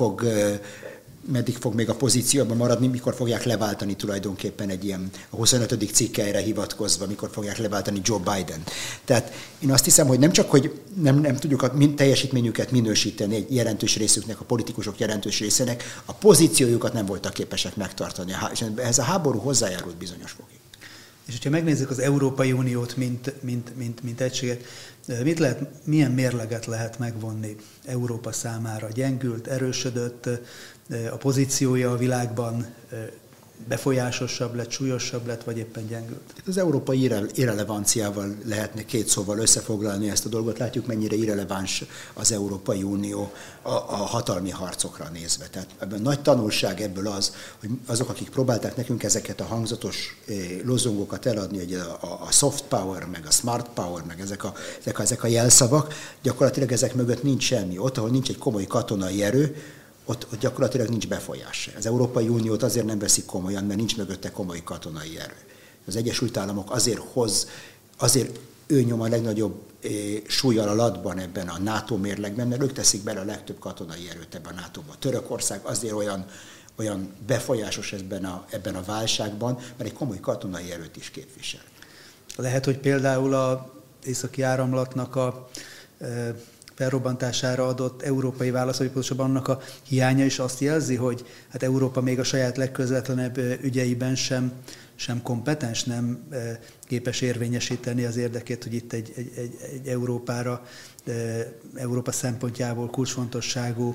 fog még a pozícióban maradni, mikor fogják leváltani tulajdonképpen egy ilyen a 25. cikkeire hivatkozva, mikor fogják leváltani Joe Biden. Tehát én azt hiszem, hogy nem csak, hogy nem tudjuk a teljesítményüket minősíteni egy jelentős részüknek, a politikusok jelentős részének, a pozíciójukat nem voltak képesek megtartani. És ez a háború hozzájárult bizonyos fokig. És hogyha megnézzük az Európai Uniót, mint egységet, milyen mérleget lehet megvonni Európa számára? Gyengült, erősödött, a pozíciója a világban befolyásosabb lett, súlyosabb lett, vagy éppen gyengült? Az európai irrelevanciával lehetne két szóval összefoglalni ezt a dolgot. Látjuk, mennyire irreleváns az Európai Unió a hatalmi harcokra nézve. Tehát ebben nagy tanulság ebből az, hogy azok, akik próbálták nekünk ezeket a hangzatos lozungokat eladni, hogy a soft power, meg a smart power, meg ezek a jelszavak, gyakorlatilag ezek mögött nincs semmi. Ott, ahol nincs egy komoly katonai erő, ott gyakorlatilag nincs befolyás. Az Európai Uniót azért nem veszik komolyan, mert nincs mögötte komoly katonai erő. Az Egyesült Államok azért ő nyom a legnagyobb súllyal alatban ebben a NATO mérlegben, mert ők teszik bele a legtöbb katonai erőt ebben a NATO-ban. Törökország azért olyan befolyásos ebben a válságban, mert egy komoly katonai erőt is képvisel. Lehet, hogy például az északi áramlatnak a felrobbantására adott európai válasz, vagy pontosabban annak a hiánya is azt jelzi, hogy hát Európa még a saját legközvetlenebb ügyeiben sem kompetens, nem képes érvényesíteni az érdekét, hogy itt egy Európa szempontjából kulcsfontosságú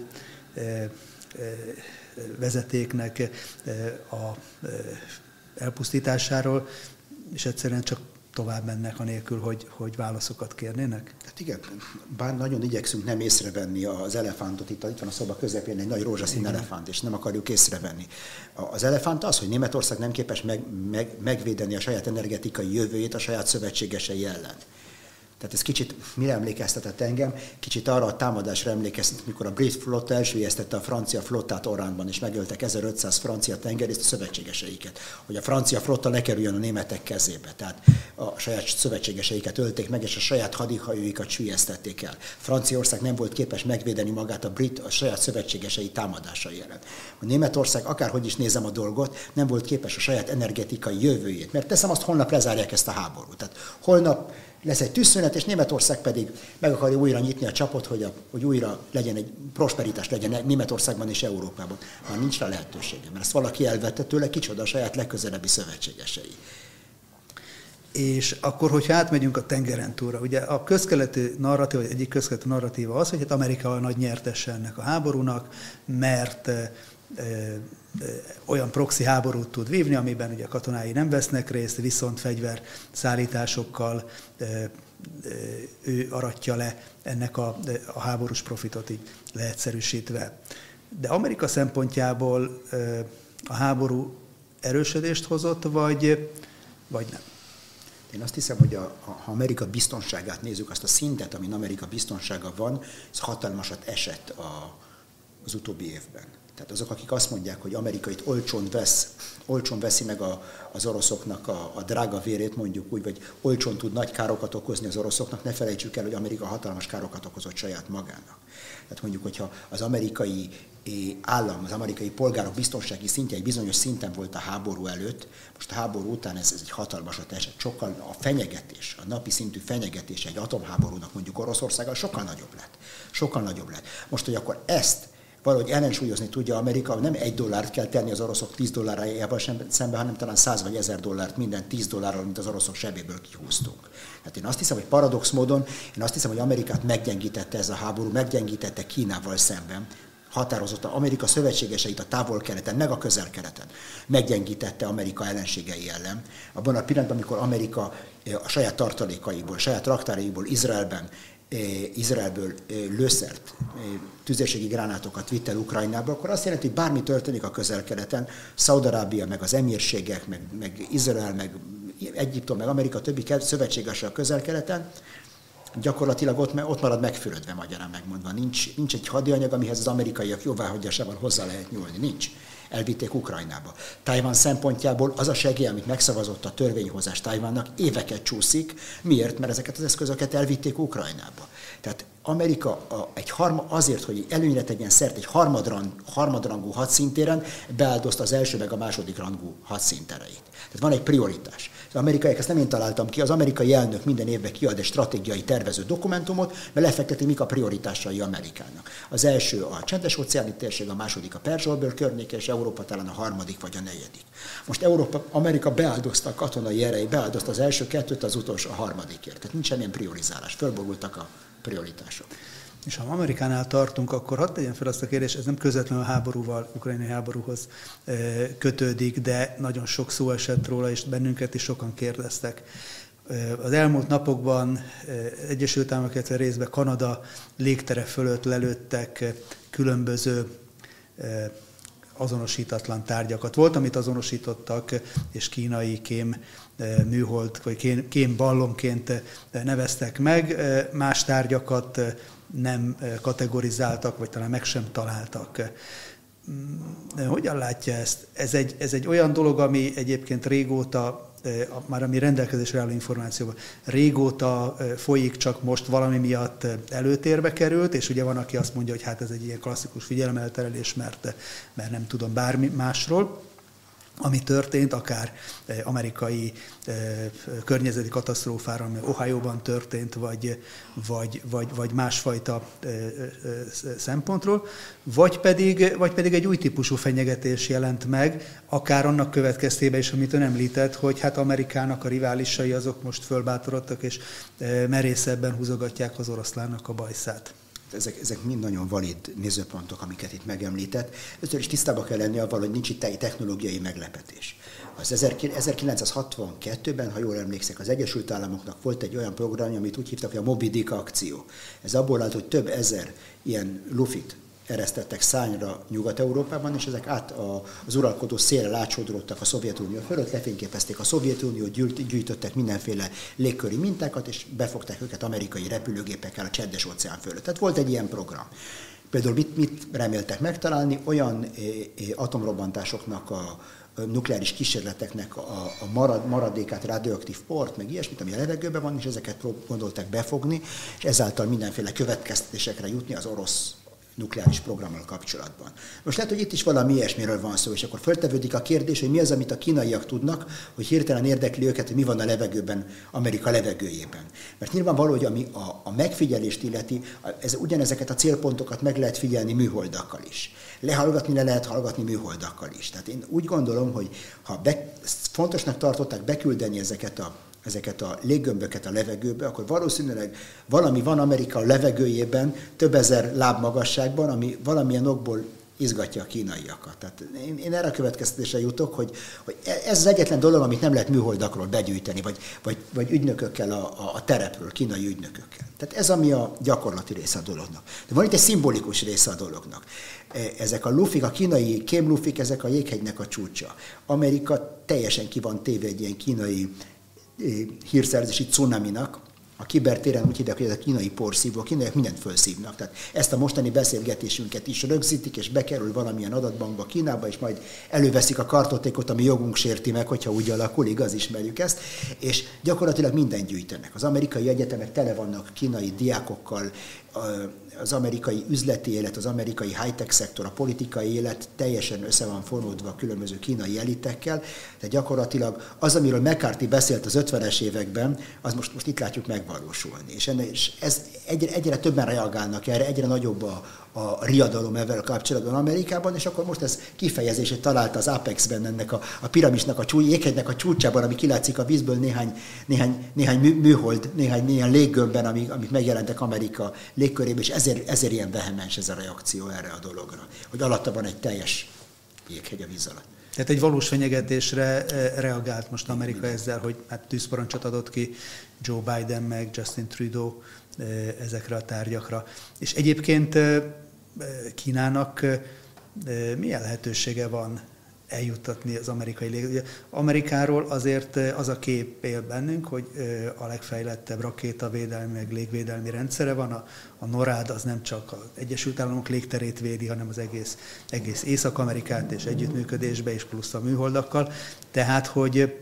vezetéknek a elpusztításáról, és egyszerűen csak tovább mennek anélkül, hogy válaszokat kérnének? Hát igen, bár nagyon igyekszünk nem észrevenni az elefántot, itt van a szoba közepén egy nagy rózsaszín elefánt, és nem akarjuk észrevenni. Az elefánt az, hogy Németország nem képes megvédeni a saját energetikai jövőjét a saját szövetségesei ellen. Tehát ez kicsit mire emlékeztetett engem? Kicsit arra a támadásra emlékeztetett, mikor a brit flotta elsüllyesztette a francia flottát Oránban, és megöltek 1500 francia tengerészt, a szövetségeseiket, hogy a francia flotta ne kerüljön a németek kezébe. Tehát a saját szövetségeseiket ölték meg, és a saját hadihajóikat süllyesztették el. Franciaország nem volt képes megvédeni magát a saját szövetségesei támadásai ellen. A Németország, akárhogy is nézem a dolgot, nem volt képes a saját energetikai jövőjét. Mert teszem azt, holnap lezárják ezt a háborút. Tehát holnap lesz egy tűzszünet, és Németország pedig meg akarja újra nyitni a csapot, hogy újra legyen egy prosperitás legyen Németországban és Európában. Már nincs rá lehetősége, mert ezt valaki elvette tőle, kicsoda a saját legközelebbi szövetségesei. És akkor, hogyha átmegyünk a tengeren túlra, ugye a közkeleti narratíva, vagy egyik közkeleti narratíva az, hogy hát Amerika a nagy nyertese ennek a háborúnak, mert olyan proxy háborút tud vívni, amiben ugye a katonái nem vesznek részt, viszont fegyverszállításokkal ő aratja le ennek a háborús profitot, így leegyszerűsítve. De Amerika szempontjából a háború erősödést hozott, vagy nem? Én azt hiszem, hogy ha Amerika biztonságát nézzük, azt a szintet, amin Amerika biztonsága van, ez hatalmasat esett az utóbbi évben. Tehát azok, akik azt mondják, hogy Amerika itt olcsón veszi meg az oroszoknak a drága vérét, mondjuk úgy, vagy olcsón tud nagy károkat okozni az oroszoknak, ne felejtsük el, hogy Amerika hatalmas károkat okozott saját magának. Tehát mondjuk, hogyha az amerikai állam, az amerikai polgárok biztonsági szintje egy bizonyos szinten volt a háború előtt, most a háború után ez egy hatalmasat esett. Sokkal a fenyegetés, a napi szintű fenyegetés egy atomháborúnak mondjuk Oroszországgal sokkal nagyobb lett. Sokkal nagyobb lett. Most, hogy akkor ezt valahogy ellensúlyozni tudja Amerika, nem $1 kell tenni az oroszok $10 szemben, hanem talán 100 vagy 1000 dollárt minden $10, mint az oroszok sebéből kihúztunk. Hát én azt hiszem, hogy paradox módon, hogy Amerikát meggyengítette ez a háború, meggyengítette Kínával szemben, határozottan Amerika szövetségeseit a távol-keleten, meg a közel-keleten meggyengítette Amerika ellenségei ellen. Abban a pillanatban, amikor Amerika a saját tartalékaiból, saját raktáraiból Izraelből lőszert, tüzérségi gránátokat vitt el Ukrajnába, akkor azt jelenti, hogy bármi történik a közel-keleten, Szaúd-Arábia, meg az emírségek, meg Izrael, meg Egyiptom, meg Amerika többi szövetségese a közel-keleten, gyakorlatilag ott marad megfürödve, magyarán megmondva. Nincs egy hadianyag, amihez az amerikaiak jóváhagyásával hozzá lehet nyúlni. Nincs. Elvitték Ukrajnába. Tajvan szempontjából az a segély, amit megszavazott a törvényhozás Tajvannak, éveket csúszik. Miért? Mert ezeket az eszközöket elvitték Ukrajnába. Tehát Amerika azért, hogy előnyre tegyen szert egy harmadrangú hadszintéren, beáldozta az első meg a második rangú hadszíntereit. Tehát van egy prioritás. Az amerikaiak, ezt nem én találtam ki, az amerikai elnök minden évben kiad egy stratégiai tervező dokumentumot, mert lefekteti, mik a prioritásai Amerikának. Az első a Csendes-óceáni térség, a második a Perzsa-öböl környéke, és Európa talán a harmadik vagy a negyedik. Most Amerika beáldozta a katonai erejét, beáldozta az első kettőt, az utolsó a harmadikért. Tehát nincs semmilyen priorizálás, fölborultak a prioritások. És ha Amerikánál tartunk, akkor hadd tegyem fel azt a kérdést, ez nem közvetlenül a háborúval, ukrajnai háborúhoz kötődik, de nagyon sok szó esett róla, és bennünket is sokan kérdeztek. Az elmúlt napokban Egyesült Államok, illetve részben Kanada légtere fölött lelőttek különböző azonosítatlan tárgyakat. Volt, amit azonosítottak, és kínai kém műhold, vagy kém ballonként neveztek meg, más tárgyakat nem kategorizáltak, vagy talán meg sem találtak. Hogyan látja ezt? Ez egy olyan dolog, ami egyébként régóta, már ami rendelkezésre álló információban, régóta folyik, csak most valami miatt előtérbe került, és ugye van, aki azt mondja, hogy hát ez egy ilyen klasszikus figyelemelterelés, mert nem tudom bármi másról. Ami történt, akár amerikai környezeti katasztrófára, ami Ohioban történt, vagy másfajta szempontról, vagy pedig egy új típusú fenyegetés jelent meg, akár annak következtében is, amit ön említett, hogy hát Amerikának a riválisai azok most fölbátorodtak, és merészebben húzogatják az oroszlánnak a bajszát. Ezek mind nagyon valid nézőpontok, amiket itt megemlített. Először is tisztában kell lenni avval, hogy nincs itt technológiai meglepetés. Az 1962-ben, ha jól emlékszek, az Egyesült Államoknak volt egy olyan programja, amit úgy hívtak, hogy a Moby Dick akció. Ez abból állt, hogy több ezer ilyen lufit eresztettek szárnyra Nyugat-Európában, és ezek az uralkodó szélrel átsodródtak a Szovjetunió fölött, lefényképezték a Szovjetuniót, gyűjtöttek mindenféle légköri mintákat, és befogták őket amerikai repülőgépekkel a Csendes-óceán fölött. Tehát volt egy ilyen program. Például mit reméltek megtalálni? Olyan atomrobbantásoknak, a nukleáris kísérleteknek a maradékát, radioaktív port, meg ilyesmit, ami a levegőben van, és ezeket gondolták befogni, és ezáltal mindenféle következtetésekre jutni az orosz nukleáris programmal kapcsolatban. Most lehet, hogy itt is valami ilyesmiről van szó, és akkor föltevődik a kérdés, hogy mi az, amit a kínaiak tudnak, hogy hirtelen érdekli őket, hogy mi van a levegőben, Amerika levegőjében. Mert nyilvánvaló, hogy ami a megfigyelést illeti, ugyanezeket a célpontokat meg lehet figyelni műholdakkal is. Le lehet hallgatni műholdakkal is. Tehát én úgy gondolom, hogy ha fontosnak tartották beküldeni ezeket a léggömböket a levegőbe, akkor valószínűleg valami van Amerika levegőjében, több ezer láb magasságban, ami valamilyen okból izgatja a kínaiakat. Tehát én erre a következtetésre jutok, hogy ez az egyetlen dolog, amit nem lehet műholdakról begyűjteni, vagy ügynökökkel a terepről, kínai ügynökökkel. Tehát ez ami a gyakorlati része a dolognak. De van itt egy szimbolikus része a dolognak. Ezek a lufik, a kínai kémlufik, ezek a jéghegynek a csúcsa. Amerika teljesen ki van téve egy ilyen kínai hírszerzési cunaminak, a kibertéren úgy hívják, hogy ez a kínai porszívó, a kínaiak mindent felszívnak. Tehát ezt a mostani beszélgetésünket is rögzítik, és bekerül valamilyen adatbankba Kínába, és majd előveszik a kartotékot, ami jogunk sérti meg, hogyha úgy alakul, igaz, ismerjük ezt, és gyakorlatilag mindent gyűjtenek. Az amerikai egyetemek tele vannak kínai diákokkal, az amerikai üzleti élet, az amerikai high-tech szektor, a politikai élet teljesen össze van fonódva a különböző kínai elitekkel, de gyakorlatilag az, amiről McCarthy beszélt az 50-es években, az most itt látjuk megvalósulni. És ez egyre többen reagálnak erre, egyre nagyobb a riadalom ezzel kapcsolatban Amerikában, és akkor most ez kifejezését találta az Apexben ennek a piramisnak, jéghegynek a csúcsában, ami kilátszik a vízből néhány műhold, néhány léggömbben, amik megjelentek Amerika légkörében, és ezért ilyen vehemens ez a reakció erre a dologra, hogy alatta van egy teljes jéghegy a víz alatt. Tehát egy valós fenyegetésre reagált most Amerika ezzel, hogy hát tűzparancsot adott ki Joe Biden meg Justin Trudeau ezekre a tárgyakra. És egyébként Kínának milyen lehetősége van eljuttatni az amerikai légvédelmi? Amerikáról azért az a kép él bennünk, hogy a legfejlettebb rakétavédelmi, meg légvédelmi rendszere van. A NORAD az nem csak az Egyesült Államok légterét védi, hanem az egész Észak-Amerikát és együttműködésbe, és plusz a műholdakkal. Tehát, hogy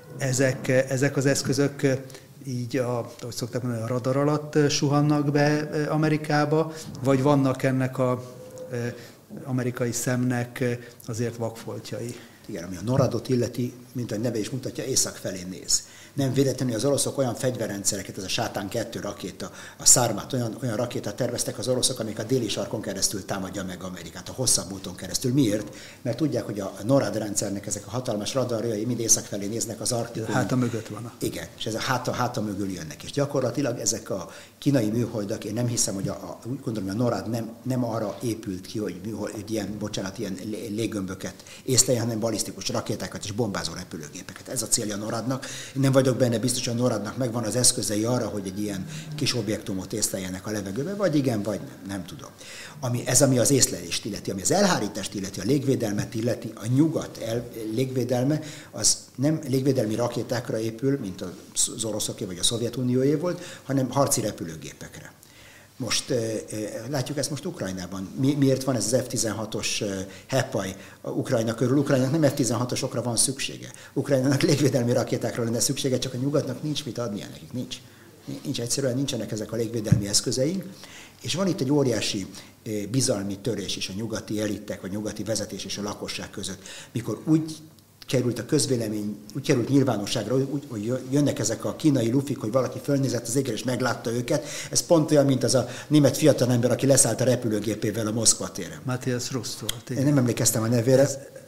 ezek az eszközök így, ahogy szokták mondani, a radar alatt suhannak be Amerikába, vagy vannak ennek a amerikai szemnek azért vakfoltjai? Igen, ami a NORAD-ot illeti, mint a neve is mutatja, észak felé néz. Nem véletlenül az oroszok olyan fegyverrendszereket, ez a Sátán 2 rakéta, a Szármát, olyan rakétát terveztek az oroszok, amik a déli sarkon keresztül támadja meg Amerikát, a hosszabb úton keresztül. Miért? Mert tudják, hogy a NORAD rendszernek ezek a hatalmas radarjai mind észak felé néznek az Arktikon. Háta mögött van. Igen, és ez a háta mögül jönnek. És gyakorlatilag ezek a kínai műholdak, én nem hiszem, hogy úgy gondolom, hogy a NORAD nem arra épült ki, hogy ilyen léggömböket észleljen, hanem balisztikus rakétákat és bombázó repülőgépeket. Ez a célja a NORAD-nak. Nem vagyok benne biztos, hogy a NORAD-nak megvan az eszközei arra, hogy egy ilyen kis objektumot észleljenek a levegőbe, vagy igen, vagy nem tudom. Ami az észlelést illeti, ami az elhárítást illeti, a légvédelmet illeti, a nyugat légvédelme, az nem légvédelmi rakétákra épül, mint az oroszoké vagy a Szovjetunióé volt, hanem harci repülőgépekre. Most látjuk ezt most Ukrajnában. Miért van ez az F-16-os hepaj Ukrajna körül? Ukrajnának nem F-16-osokra van szüksége. Ukrajnának légvédelmi rakétákra lenne szüksége, csak a nyugatnak nincs mit adnia nekik. Nincs egyszerűen, nincsenek ezek a légvédelmi eszközeink. És van itt egy óriási bizalmi törés is a nyugati elitek, vagy nyugati vezetés és a lakosság között, mikor úgy került a közvélemény, úgy került nyilvánosságra, hogy jönnek ezek a kínai lufik, hogy valaki fölnézett az égre és meglátta őket. Ez pont olyan, mint az a német fiatalember, aki leszállt a repülőgépével a Moszkva téren. Matthias Rust volt. Én nem emlékeztem a nevére.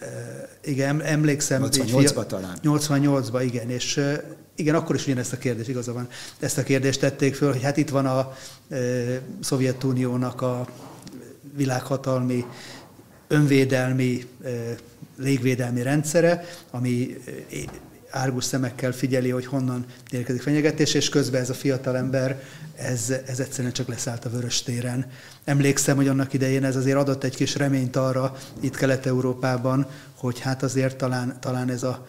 Igen, emlékszem. 88-ban talán. 88-ban, igen. És igen, akkor is ugyanezt a kérdést, igaza van. Ezt a kérdést tették föl, hogy hát itt van a Szovjetuniónak a világhatalmi önvédelmi, légvédelmi rendszere, ami árgus szemekkel figyeli, hogy honnan érkezik fenyegetés, és közben ez a fiatalember, ez egyszerűen csak leszállt a Vöröstéren. Emlékszem, hogy annak idején ez azért adott egy kis reményt arra itt Kelet-Európában, hogy hát azért talán ez a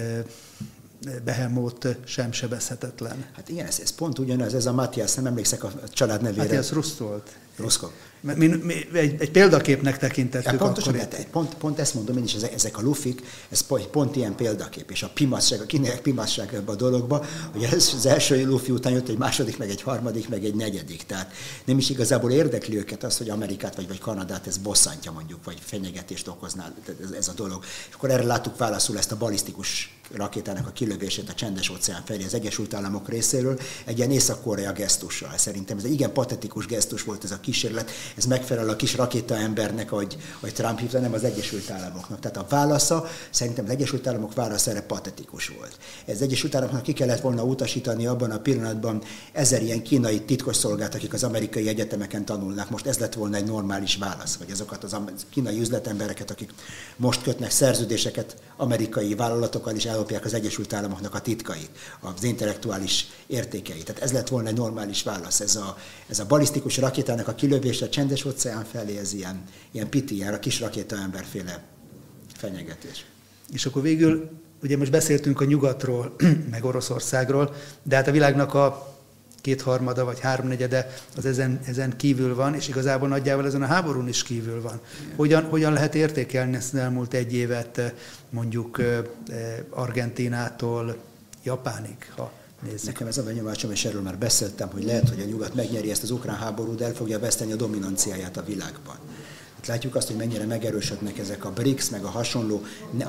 Behemoth sem sebezhetetlen. Hát igen, ez pont ugyanaz, ez a Matthias, nem emlékszek a család nevére. Matthias Rust volt. Roszkov. Egy példaképnek tekintettük. Ja, pontosan, pont ezt mondom én is, ezek a lufik, ez pont ilyen példakép, és a pimasság, a kinek pimasság ebbe a dologba, hogy ez az első lufi után jött egy második, meg egy harmadik, meg egy negyedik. Tehát nem is igazából érdekli őket az, hogy Amerikát vagy Kanadát ez bosszantja mondjuk, vagy fenyegetést okozná ez a dolog. És akkor erre láttuk válaszul ezt a balisztikus rakétának a kilövését a Csendes-óceán felé az Egyesült Államok részéről egy ilyen Észak-Korea gesztussal. Szerintem ez egy igen patetikus gesztus volt ez a kísérlet, ez megfelel a kis rakétaembernek, ahogy Trump hívta, nem az Egyesült Államoknak. Tehát a válasza, szerintem az Egyesült Államok válasza erre patetikus volt. Ez az Egyesült Államoknak ki kellett volna utasítani abban a pillanatban 1000 ilyen kínai titkosszolgált, akik az amerikai egyetemeken tanulnak. Most ez lett volna egy normális válasz, vagy azokat az kínai üzletembereket, akik most kötnek szerződéseket amerikai vállalatokkal, és ellopják az Egyesült Államoknak a titkait, az intellektuális értékeit. Tehát ez lett volna egy normális válasz. Ez a balisztikus rakétának a kilövése a Csendes-óceán felé, ez ilyen piti, ilyen a kis rakétaemberféle fenyegetés. És akkor végül, ugye most beszéltünk a nyugatról, meg Oroszországról, de hát a világnak a 2/3 vagy 3/4 az ezen kívül van, és igazából nagyjából ezen a háborún is kívül van. Hogyan lehet értékelni ezt az elmúlt egy évet mondjuk Argentínától Japánig, ha nézzük? Nekem ez a benyomásom, és erről már beszéltem, hogy lehet, hogy a nyugat megnyeri ezt az ukrán háborút, de el fogja veszteni a dominanciáját a világban. Látjuk azt, hogy mennyire megerősödnek ezek a BRICS, meg a hasonló,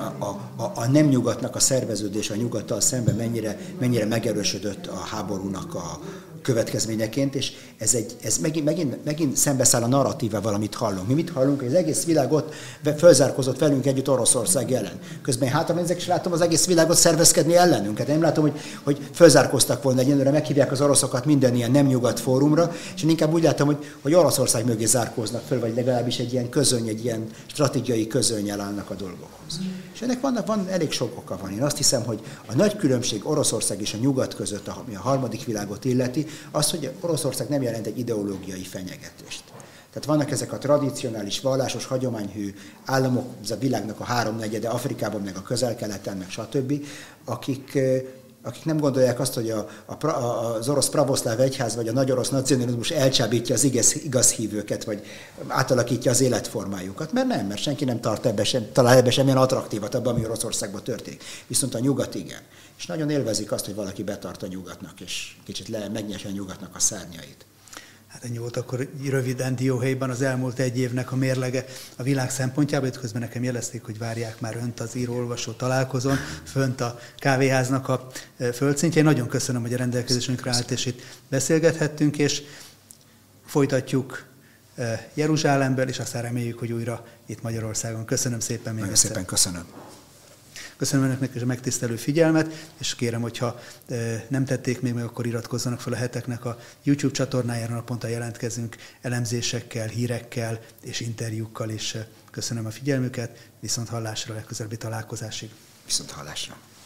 a nem nyugatnak a szerveződés a nyugattal szemben mennyire megerősödött a háborúnak a következményeként, és ez megint szembeszáll a narratívával, amit hallunk. Mi mit hallunk, hogy az egész világ ott fölzárkózott velünk együtt Oroszország ellen. Közben hátranézek, és látom az egész világot szervezkedni ellenünk. Hát nem látom, hogy fölzárkóztak volna, egyelőre meghívják az oroszokat minden ilyen nem nyugat fórumra, és én inkább úgy látom, hogy Oroszország mögé zárkóznak föl, vagy legalábbis egy ilyen közöny, egy ilyen stratégiai közönnyel állnak a dolgokhoz. És ennek van elég sok oka van. Én azt hiszem, hogy a nagy különbség Oroszország és a nyugat között, ami a harmadik világot illeti, az, hogy Oroszország nem jelent egy ideológiai fenyegetést. Tehát vannak ezek a tradicionális, vallásos, hagyományhű államok, ez a világnak a 3/4, Afrikában, meg a Közel-Keleten, meg stb., akik nem gondolják azt, hogy az orosz pravoszláv egyház vagy a nagy orosz nacionalizmus elcsábítja az igaz hívőket, vagy átalakítja az életformájukat. Mert senki nem talál ebbe semmilyen attraktívat abban, ami Oroszországban történik. Viszont a nyugat igen. És nagyon élvezik azt, hogy valaki betart a nyugatnak, és kicsit megnyerje a nyugatnak a szárnyait. Hát ennyi volt akkor röviden dióhéjban az elmúlt egy évnek a mérlege a világ szempontjából. Itt közben nekem jelezték, hogy várják már önt az író-olvasó találkozón, fönt a kávéháznak a földszintjén. Nagyon köszönöm, hogy a rendelkezésünkre állt, és itt beszélgethettünk, és folytatjuk Jeruzsálemből, és aztán reméljük, hogy újra itt Magyarországon. Köszönöm szépen még egyszer. Nagyon szépen köszönöm. Köszönöm önöknek és a megtisztelő figyelmet, és kérem, hogyha nem tették még meg, akkor iratkozzanak fel a Heteknek a YouTube csatornájára, naponta jelentkezünk elemzésekkel, hírekkel és interjúkkal, és köszönöm a figyelmüket, viszont hallásra, legközelebbi találkozásig. Viszont hallásra.